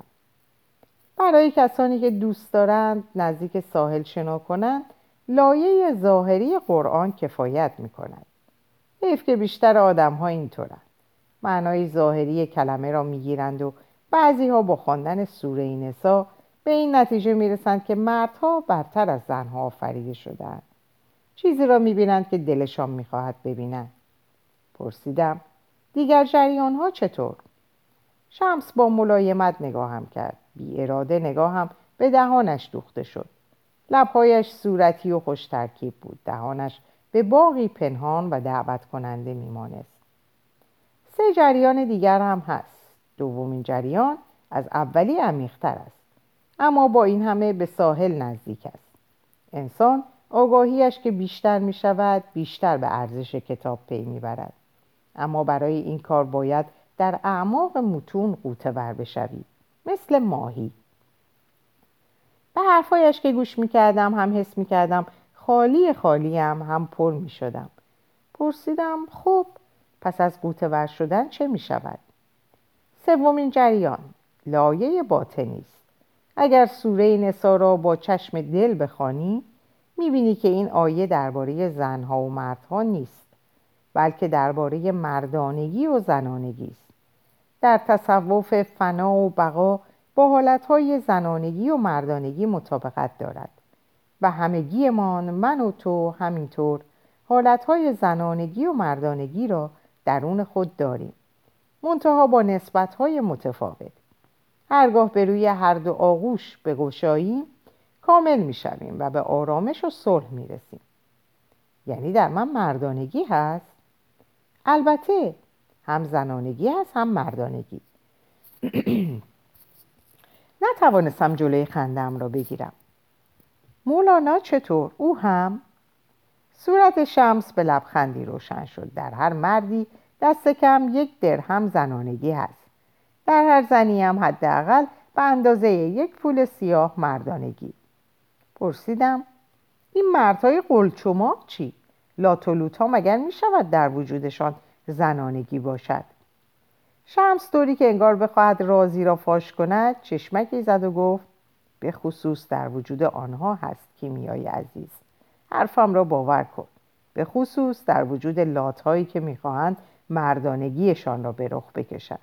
برای کسانی که دوست دارند نزدیک ساحل شنا کنند، لایه ظاهری قرآن کفایت میکند. حیف که بیشتر آدم ها اینطورند. معنای ظاهری کلمه را میگیرند و بعضی ها با خواندن سوره نساء به این نتیجه میرسند که مردها برتر از زنها آفریده شدند. چیزی را میبینند که دلشان میخواهد ببینند. پرسیدم دیگر جریان ها چطور؟ شمس با ملایمت نگاهم کرد. بی اراده نگاهم به دهانش دوخته شد. لبهایش صورتی و خوش ترکیب بود. دهانش به باغی پنهان و دعوت کننده میمانست. سه جریان دیگر هم هست. دومین جریان از اولی عمیق‌تر است، اما با این همه به ساحل نزدیک است. انسان آگاهیش که بیشتر می شود بیشتر به ارزش کتاب پی می برد. اما برای این کار باید در اعماق متون غوطه ور بشوی، مثل ماهی. به حرفایش که گوش میکردم هم حس میکردم خالی خالیم هم پر میشدم. پرسیدم خب پس از غوطه ور شدن چه میشود؟ سومین جریان لایه باطنی است. اگر سوره نساء را با چشم دل بخوانی میبینی که این آیه درباره زنها و مردها نیست، بلکه درباره مردانگی و زنانگی است. در تصوف فنا و بقا با حالتهای زنانگی و مردانگی مطابقت دارد و همگیمان، من و تو همینطور، حالتهای زنانگی و مردانگی را درون خود داریم، منتها با نسبتهای متفاوت. هرگاه به روی هر دو آغوش بگشاییم کامل میشویم و به آرامش و صلح میرسیم. یعنی در من مردانگی هست؟ البته هم زنانگی هست هم مردانگی. نتوانستم جلوی خندم را بگیرم. مولانا چطور؟ او هم؟ صورت شمس به لبخندی روشن شد. در هر مردی دست کم یک درهم زنانگی هست، در هر زنی هم حداقل به اندازه یک پول سیاه مردانگی. پرسیدم این مردهای قلچماق چی؟ لاتولوتا مگر می شود در وجودشان زنانگی باشد؟ شمس طوری که انگار بخواهد رازی را فاش کند چشمکی زد و گفت به خصوص در وجود آنها هست کیمیای عزیز، حرفم را باور کن، به خصوص در وجود لاتهایی که میخواهند مردانگیشان را به رخ بکشند.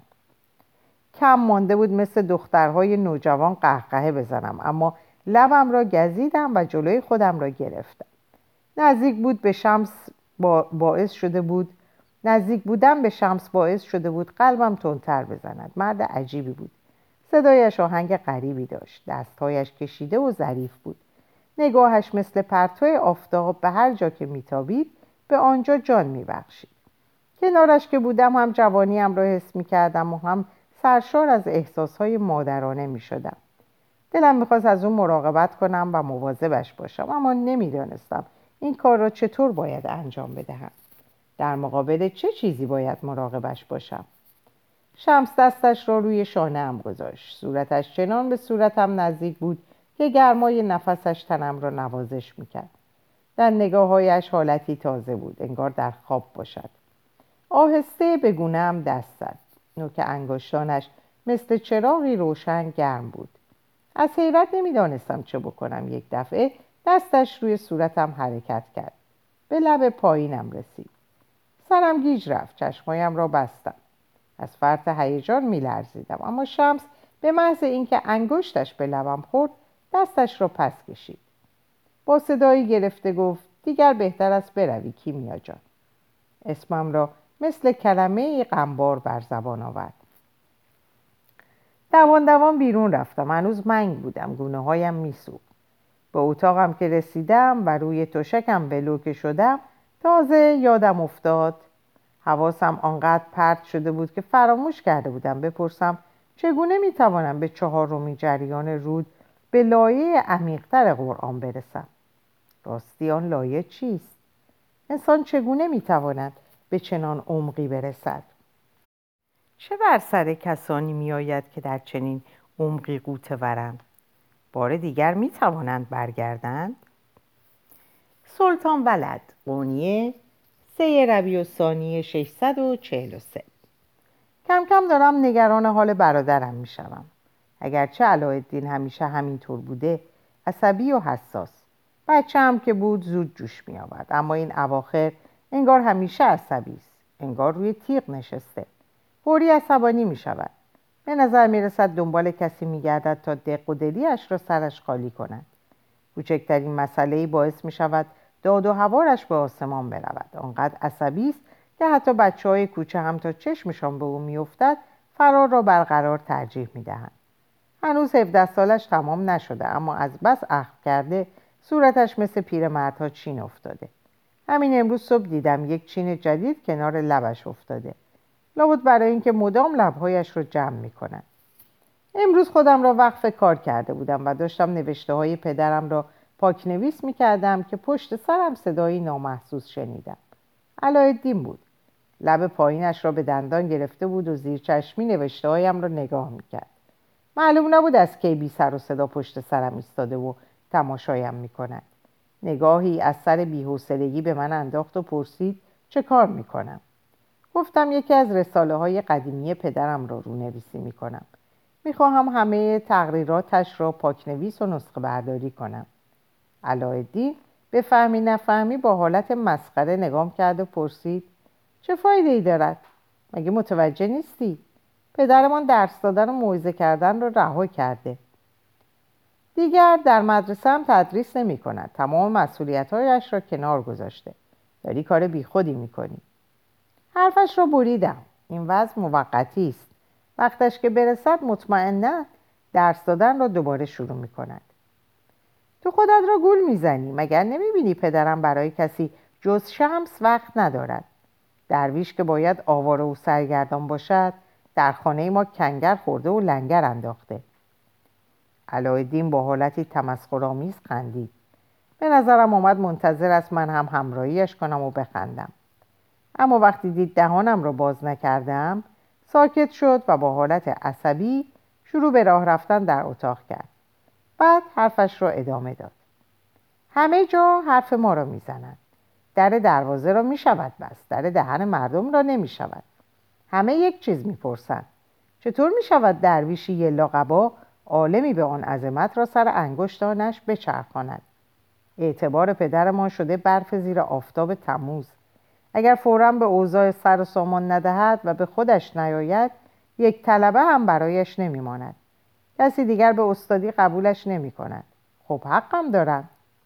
کم مانده بود مثل دخترهای نوجوان قهقهه بزنم، اما لبم را گزیدم و جلوی خودم را گرفتم. نزدیک بود به شمس با... باعث شده بود نزدیک بودم به شمس باعث شده بود قلبم تندتر بزند. مرد عجیبی بود. صدایش آهنگ غریبی داشت. دستهایش کشیده و ظریف بود. نگاهش مثل پرتو آفتاب به هر جا که میتابید به آنجا جان میبخشید. کنارش که بودم هم جوانیم را حس میکردم و هم سرشار از احساسهای مادرانه میشدم. دلم میخواست از اون مراقبت کنم و مواظبش باشم، اما نمیدانستم این کار را چطور باید انجام بدهم. در مقابل چه چیزی باید مراقبش باشم؟ شمس دستش را روی شانه‌ام گذاشت. صورتش چنان به صورتم نزدیک بود که گرمای نفسش تنم را نوازش میکرد. در نگاههایش حالتی تازه بود، انگار در خواب باشد. آهسته به گونه‌ام دست زد. نوک انگشتانش مثل چراغی روشن گرم بود. از حیرت نمیدانستم چه بکنم. یک دفعه دستش روی صورتم حرکت کرد. به لب پایینم رسید. سرم گیج رفت. چشمایم را بستم. از فرط هیجان میلرزیدم، اما شمس به محض اینکه انگشتش به لبم خورد دستش را پس کشید. با صدایی گرفته گفت دیگر بهتر است بروی کیمیا جان. اسمم را مثل کلمه غمبار بر زبان آورد. دوان دوان بیرون رفتم. هنوز منگ بودم. گونه هایم میسوخت. به اتاقم که رسیدم و روی تشکم بلوکه شدم تازه یادم افتاد. حواسم آنقدر پرت شده بود که فراموش کرده بودم بپرسم چگونه میتوانم به چهارمین جریان رود به لایه عمیق‌تر قرآن برسم. راستی آن لایه چیست؟ انسان چگونه میتواند به چنان عمقی برسد؟ چه بر سر کسانی میآید که در چنین عمقی غوطه ورند؟ بار دیگر میتوانند برگردند؟ سلطان ولد، قونیه، سه ربیع الثانی ششصد و چهل و سه. کم کم دارم نگران حال برادرم میشوم. اگرچه علاءالدین همیشه همینطور بوده، عصبی و حساس. بچه هم که بود زود جوش می آورد، اما این اواخر انگار همیشه عصبی است. انگار روی تیغ نشسته. فوری عصبانی می شود. به نظر می رسد دنبال کسی می گردد تا دق و دلیش را سرش خالی کند. کوچکترین مسئله‌ای باعث می شود داد و هوارش به آسمان برود. آنقدر عصبی است که حتی بچه‌های کوچه هم تا چشمشان به او میافتد فرار را برقرار ترجیح می‌دهند. هنوز هفده سالش تمام نشده، اما از بس اخم کرده صورتش مثل پیرمردها چین افتاده. همین امروز صبح دیدم یک چین جدید کنار لبش افتاده. لابد برای اینکه مدام لب‌هایش را جمع می‌کند. امروز خودم را وقف کار کرده بودم و داشتم نوشته‌های پدرم را پاک‌نویس می‌کردم که پشت سرم صدایی نامحسوس شنیدم. علاءالدین بود. لب پایینش را به دندان گرفته بود و زیر چشمی نوشته هایم را نگاه میکرد. معلوم نبود از کی بی سر و صدا پشت سرم ایستاده و تماشایم میکند. نگاهی از سر بی‌حوصلگی به من انداخت و پرسید چه کار میکنم. گفتم یکی از رساله های قدیمی پدرم را رونویسی میکنم. میخواهم همه تقریراتش را پاکنویس و نسخه برداری کنم. علاءالدین به فهمی نفهمی با حالت مسخره نگام کرد و پرسید چه فایده ای دارد؟ مگه متوجه نیستی؟ پدرمان درس دادن و موعظه کردن را رها کرده. دیگر در مدرسه هم تدریس نمی کند. تمام مسئولیت‌هایش را کنار گذاشته. داری کار بیخودی میکنی. حرفش را بریدم. این وضع موقتی است. وقتش که برسد مطمئنا درس دادن را دوباره شروع میکند. تو خودت را گول میزنی. مگر نمیبینی پدرم برای کسی جز شمس وقت ندارد؟ درویش که باید آواره و سرگردان باشد در خانه ما کنگر خورده و لنگر انداخته. علاءالدین با حالتی تمسخرآمیز خندید. به نظرم آمد منتظر است من هم همراهیش کنم و بخندم. اما وقتی دید دهانم را باز نکردم ساکت شد و با حالت عصبی شروع به راه رفتن در اتاق کرد. بعد حرفش را ادامه داد. همه جا حرف ما را میزنند. در دروازه را میشود بست، در دهن مردم را نمیشود. همه یک چیز میپرسند: چطور میشود درویشی یلا قبا عالمی به آن عظمت را سر انگشتانش بچرخاند؟ اعتبار پدرمان شده برف زیر آفتاب تموز. اگر فوراً به اوضاع سر و سامان ندهد و به خودش نیاید یک طلبه هم برایش نمیماند. کسی دیگر به استادی قبولش نمی کند. خب حقم دارم.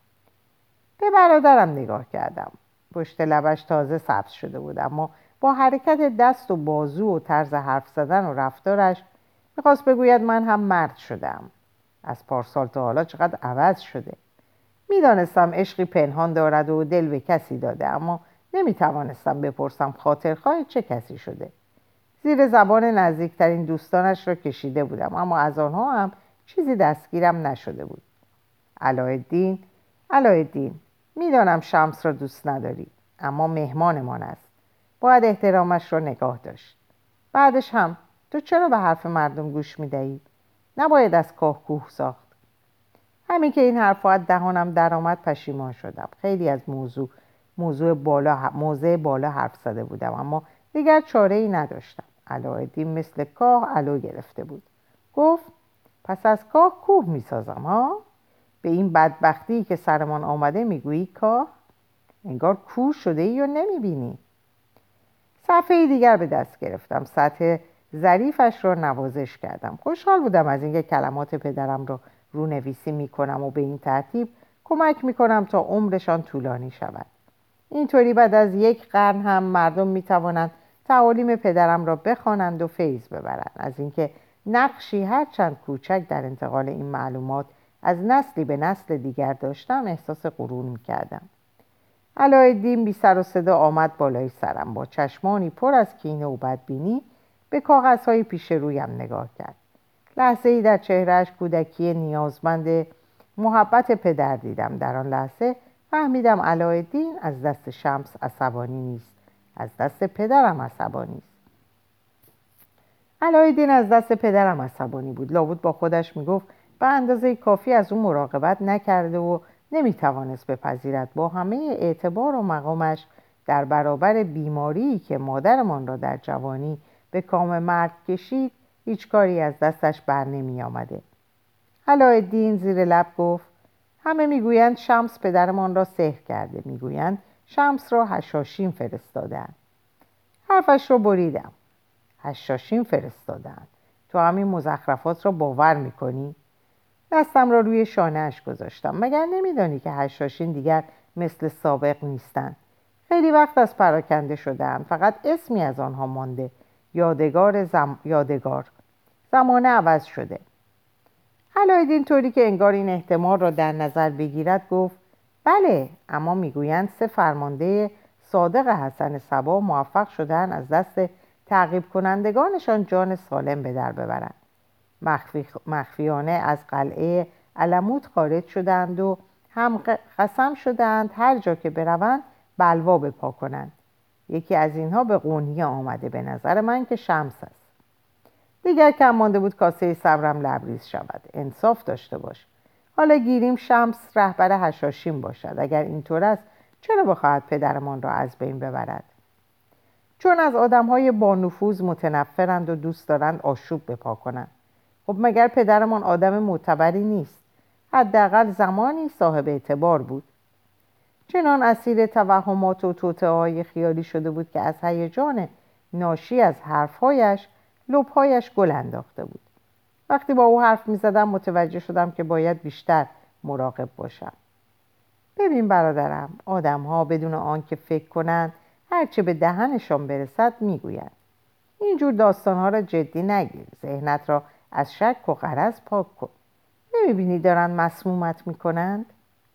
به برادرم نگاه کردم. پشت لبش تازه سبز شده بود اما با حرکت دست و بازو و طرز حرف زدن و رفتارش میخواست بگوید من هم مرد شدم. از پارسال تا حالا چقدر عوض شده. میدانستم عشقی پنهان دارد و دل به کسی داده اما نمیتوانستم بپرسم خاطرخواه چه کسی شده. زیر زبان نزدیکترین دوستانش را کشیده بودم اما از آنها هم چیزی دستگیرم نشده بود. علاءالدین علاءالدین میدانم شمس را دوست نداری اما مهمانمان است. باید احترامش را نگاه داشت. بعدش هم تو چرا به حرف مردم گوش میدهی؟ نباید از کاه کوه ساخت. همین که این حرفا از دهانم درآمد پشیمان شدم. خیلی از موضوع موضوع بالا موضوع بالا حرف زده بودم اما دیگر چاره ای نداشتم. علاءالدین مثل کاه علو گرفته بود. گفت پس از کاه کوه میسازم ها؟ به این بدبختی که سرمان آمده میگویی کاه؟ انگار کور شده ای و نمیبینی. صفحه دیگر به دست گرفتم. سطح ظریفش را نوازش کردم. خوشحال بودم از اینکه کلمات پدرم را رونویسی میکنم و به این ترتیب کمک میکنم تا عمرشان طولانی شود. اینطوری بعد از یک قرن هم مردم میتوانند تعالیم پدرم را بخوانند و فیض ببرند. از اینکه نقشی هرچند کوچک در انتقال این معلومات از نسلی به نسل دیگر داشتم احساس غرور میکردم. علاءالدین بی سر و صدا آمد بالای سرم. با چشمانی پر از کینه و بدبینی به کاغذهای پیش رویم نگاه کرد. لحظه ای در چهرهش کودکی نیازمند محبت پدر دیدم. در آن لحظه فهمیدم علاءالدین از دست شمس عصبانی نیست، از دست پدرم عصبانی است. علاءالدین از دست پدرم عصبانی بود. لابد با خودش میگفت به اندازه کافی از اون مراقبت نکرده و نمیتوانست بپذیرد با همه اعتبار و مقامش در برابر بیماری که مادرمان را در جوانی به کام مرگ کشید هیچ کاری از دستش بر نمی آمده. علاءالدین زیر لب گفت همه میگویند شمس پدرمان را سحر کرده. میگویند شمس را حشاشین فرستادن. حرفش رو بریدم. حشاشین فرستادن؟ تو همین مزخرفات را باور میکنی؟ دستم را روی شانه‌اش گذاشتم. مگر نمیدانی که حشاشین دیگر مثل سابق نیستند؟ خیلی وقت از پراکنده شده‌اند. فقط اسمی از آنها مانده. یادگار زم... یادگار زمانه عوض شده. علاءالدین طوری که انگار این احتمال را در نظر بگیرد گفت بله، اما میگویند سه فرمانده صادق حسن صبا موفق شدن از دست تعقیب کنندگانشان جان سالم به در ببرند. مخفی مخفیانه از قلعه علموت خارج شدند و هم قسم شدند هر جا که بروند بلوا بپا کنند. یکی از اینها به قونیه آمده. به نظر من که شمس است. دیگر کم مانده بود کاسه صبرم لبریز شود. انصاف داشته باش. حالا گیریم شمس رهبر حشاشین باشد. اگر اینطور است چرا بخواهد پدرمان را از بین ببرد؟ چون از آدم‌های با نفوذ متنفرند و دوست دارند آشوب بپا کنند. خب مگر پدرمان آدم معتبری نیست؟ حداقل زمانی صاحب اعتبار بود. چنان اسیر توهمات و توطئه‌های خیالی شده بود که از هیجان ناشی از حرف‌هایش لب‌هایش گل انداخته بود. وقتی با او حرف می‌زدم متوجه شدم که باید بیشتر مراقب باشم. ببین برادرم، آدم‌ها بدون آنکه فکر کنند هرچه به دهنشان برسد میگویند. اینجور داستان‌ها را جدی نگیر. ذهنت را از شک و غرض پاک کن. نمی‌بینی دارن مسمومت می‌کنند؟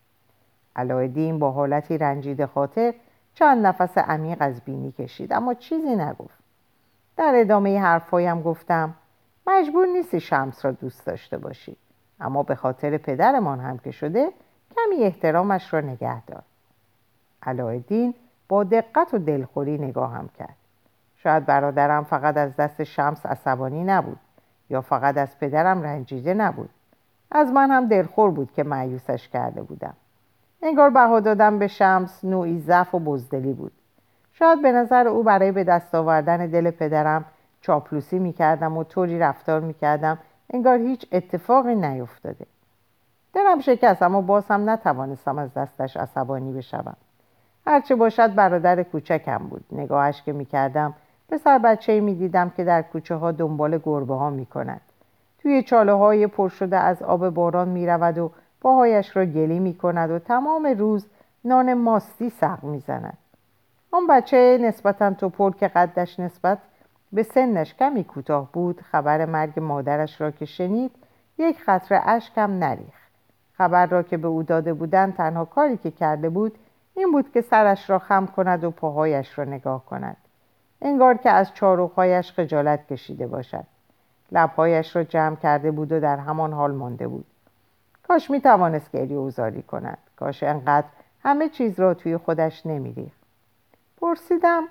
علایالدین با حالتی رنجیده خاطر چند نفس عمیق از بینی کشید، اما چیزی نگفت. در ادامه حرفایم گفتم مجبور نیستی شمس را دوست داشته باشی، اما به خاطر پدرمان هم که شده کمی احترامش را نگه دار. علایالدین با دقت و دلخوری نگاهم کرد. شاید برادرم فقط از دست شمس عصبانی نبود، یا فقط از پدرم رنجیده نبود. از من هم دلخور بود که مایوسش کرده بودم. انگار بها دادن به شمس نوعی ضعف و بزدلی بود. شاید به نظر او برای به دست آوردن دل پدرم چاپلوسی میکردم و طوری رفتار میکردم انگار هیچ اتفاقی نیفتاده. دلم شکست، اما باز هم نتوانستم از دستش عصبانی بشوم. هرچه باشد برادر کوچکم بود. نگاهش که میکردم پسر بچه‌ای میدیدم که در کوچه ها دنبال گربه ها میکند. توی چاله های پر شده از آب باران میرود و پاهایش را گلی میکند و تمام روز نان ماستی سق میزند. آن بچه نسبتاً توپل که قدش نسبت به سنش کمی کوتاه بود، خبر مرگ مادرش را که شنید یک قطره اشک هم نریخت. خبر را که به او داده بودند تنها کاری که کرده بود این بود که سرش را خم کند و پاهایش را نگاه کند، انگار که از چارق‌هایش خجالت کشیده باشد. لب‌هایش را جمع کرده بود و در همان حال مانده بود. کاش می توانست گریه و زاری کند. کاش انقدر همه چیز را توی خودش نمی‌ریخت. پرسیدم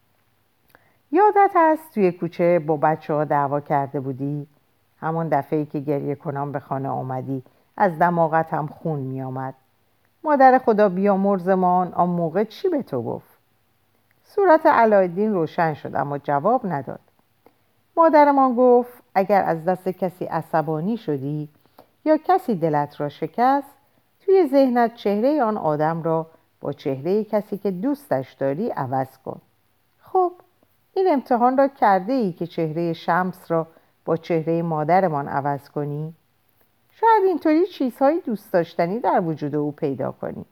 یادت هست توی کوچه با بچه ها دعوا کرده بودی؟ همون دفعه‌ای که گریه کنان به خانه آمدی از دماغت هم خون می آمد. مادر خدا بیامرزمان آن موقع چی به تو گفت؟ صورت علایالدین روشن شد اما جواب نداد. مادرمان گفت اگر از دست کسی عصبانی شدی یا کسی دلت را شکست، توی ذهنت چهره آن آدم را با چهره کسی که دوستش داری عوض کن. خب این امتحان را کرده ای که چهره شمس را با چهره مادرمان عوض کنی؟ شاید اینطوری چیزهای دوست داشتنی در وجود او پیدا کنی.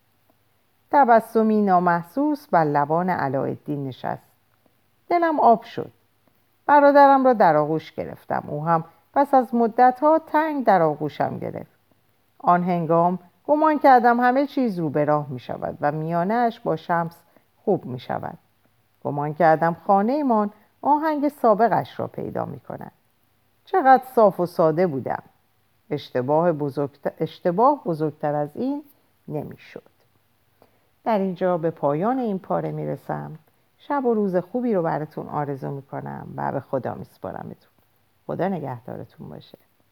تبسمی نامحسوس بر لبان علایالدین نشست. دلم آب شد. برادرم را در آغوش گرفتم. او هم پس از مدت‌ها تنگ در آغوشم گرفت. آن هنگام گمان کردم همه چیز رو به راه می شود و میانه‌اش با شمس خوب می شود. گمان کردم خانه‌مان آهنگ سابقش را پیدا می کند. چقدر صاف و ساده بودم. اشتباه بزرگتر, اشتباه بزرگتر از این نمی شد. در اینجا به پایان این پاره می رسم. شب و روز خوبی رو براتون آرزو می کنم و به خدا می سپارمتون. خدا نگهدارتون باشه.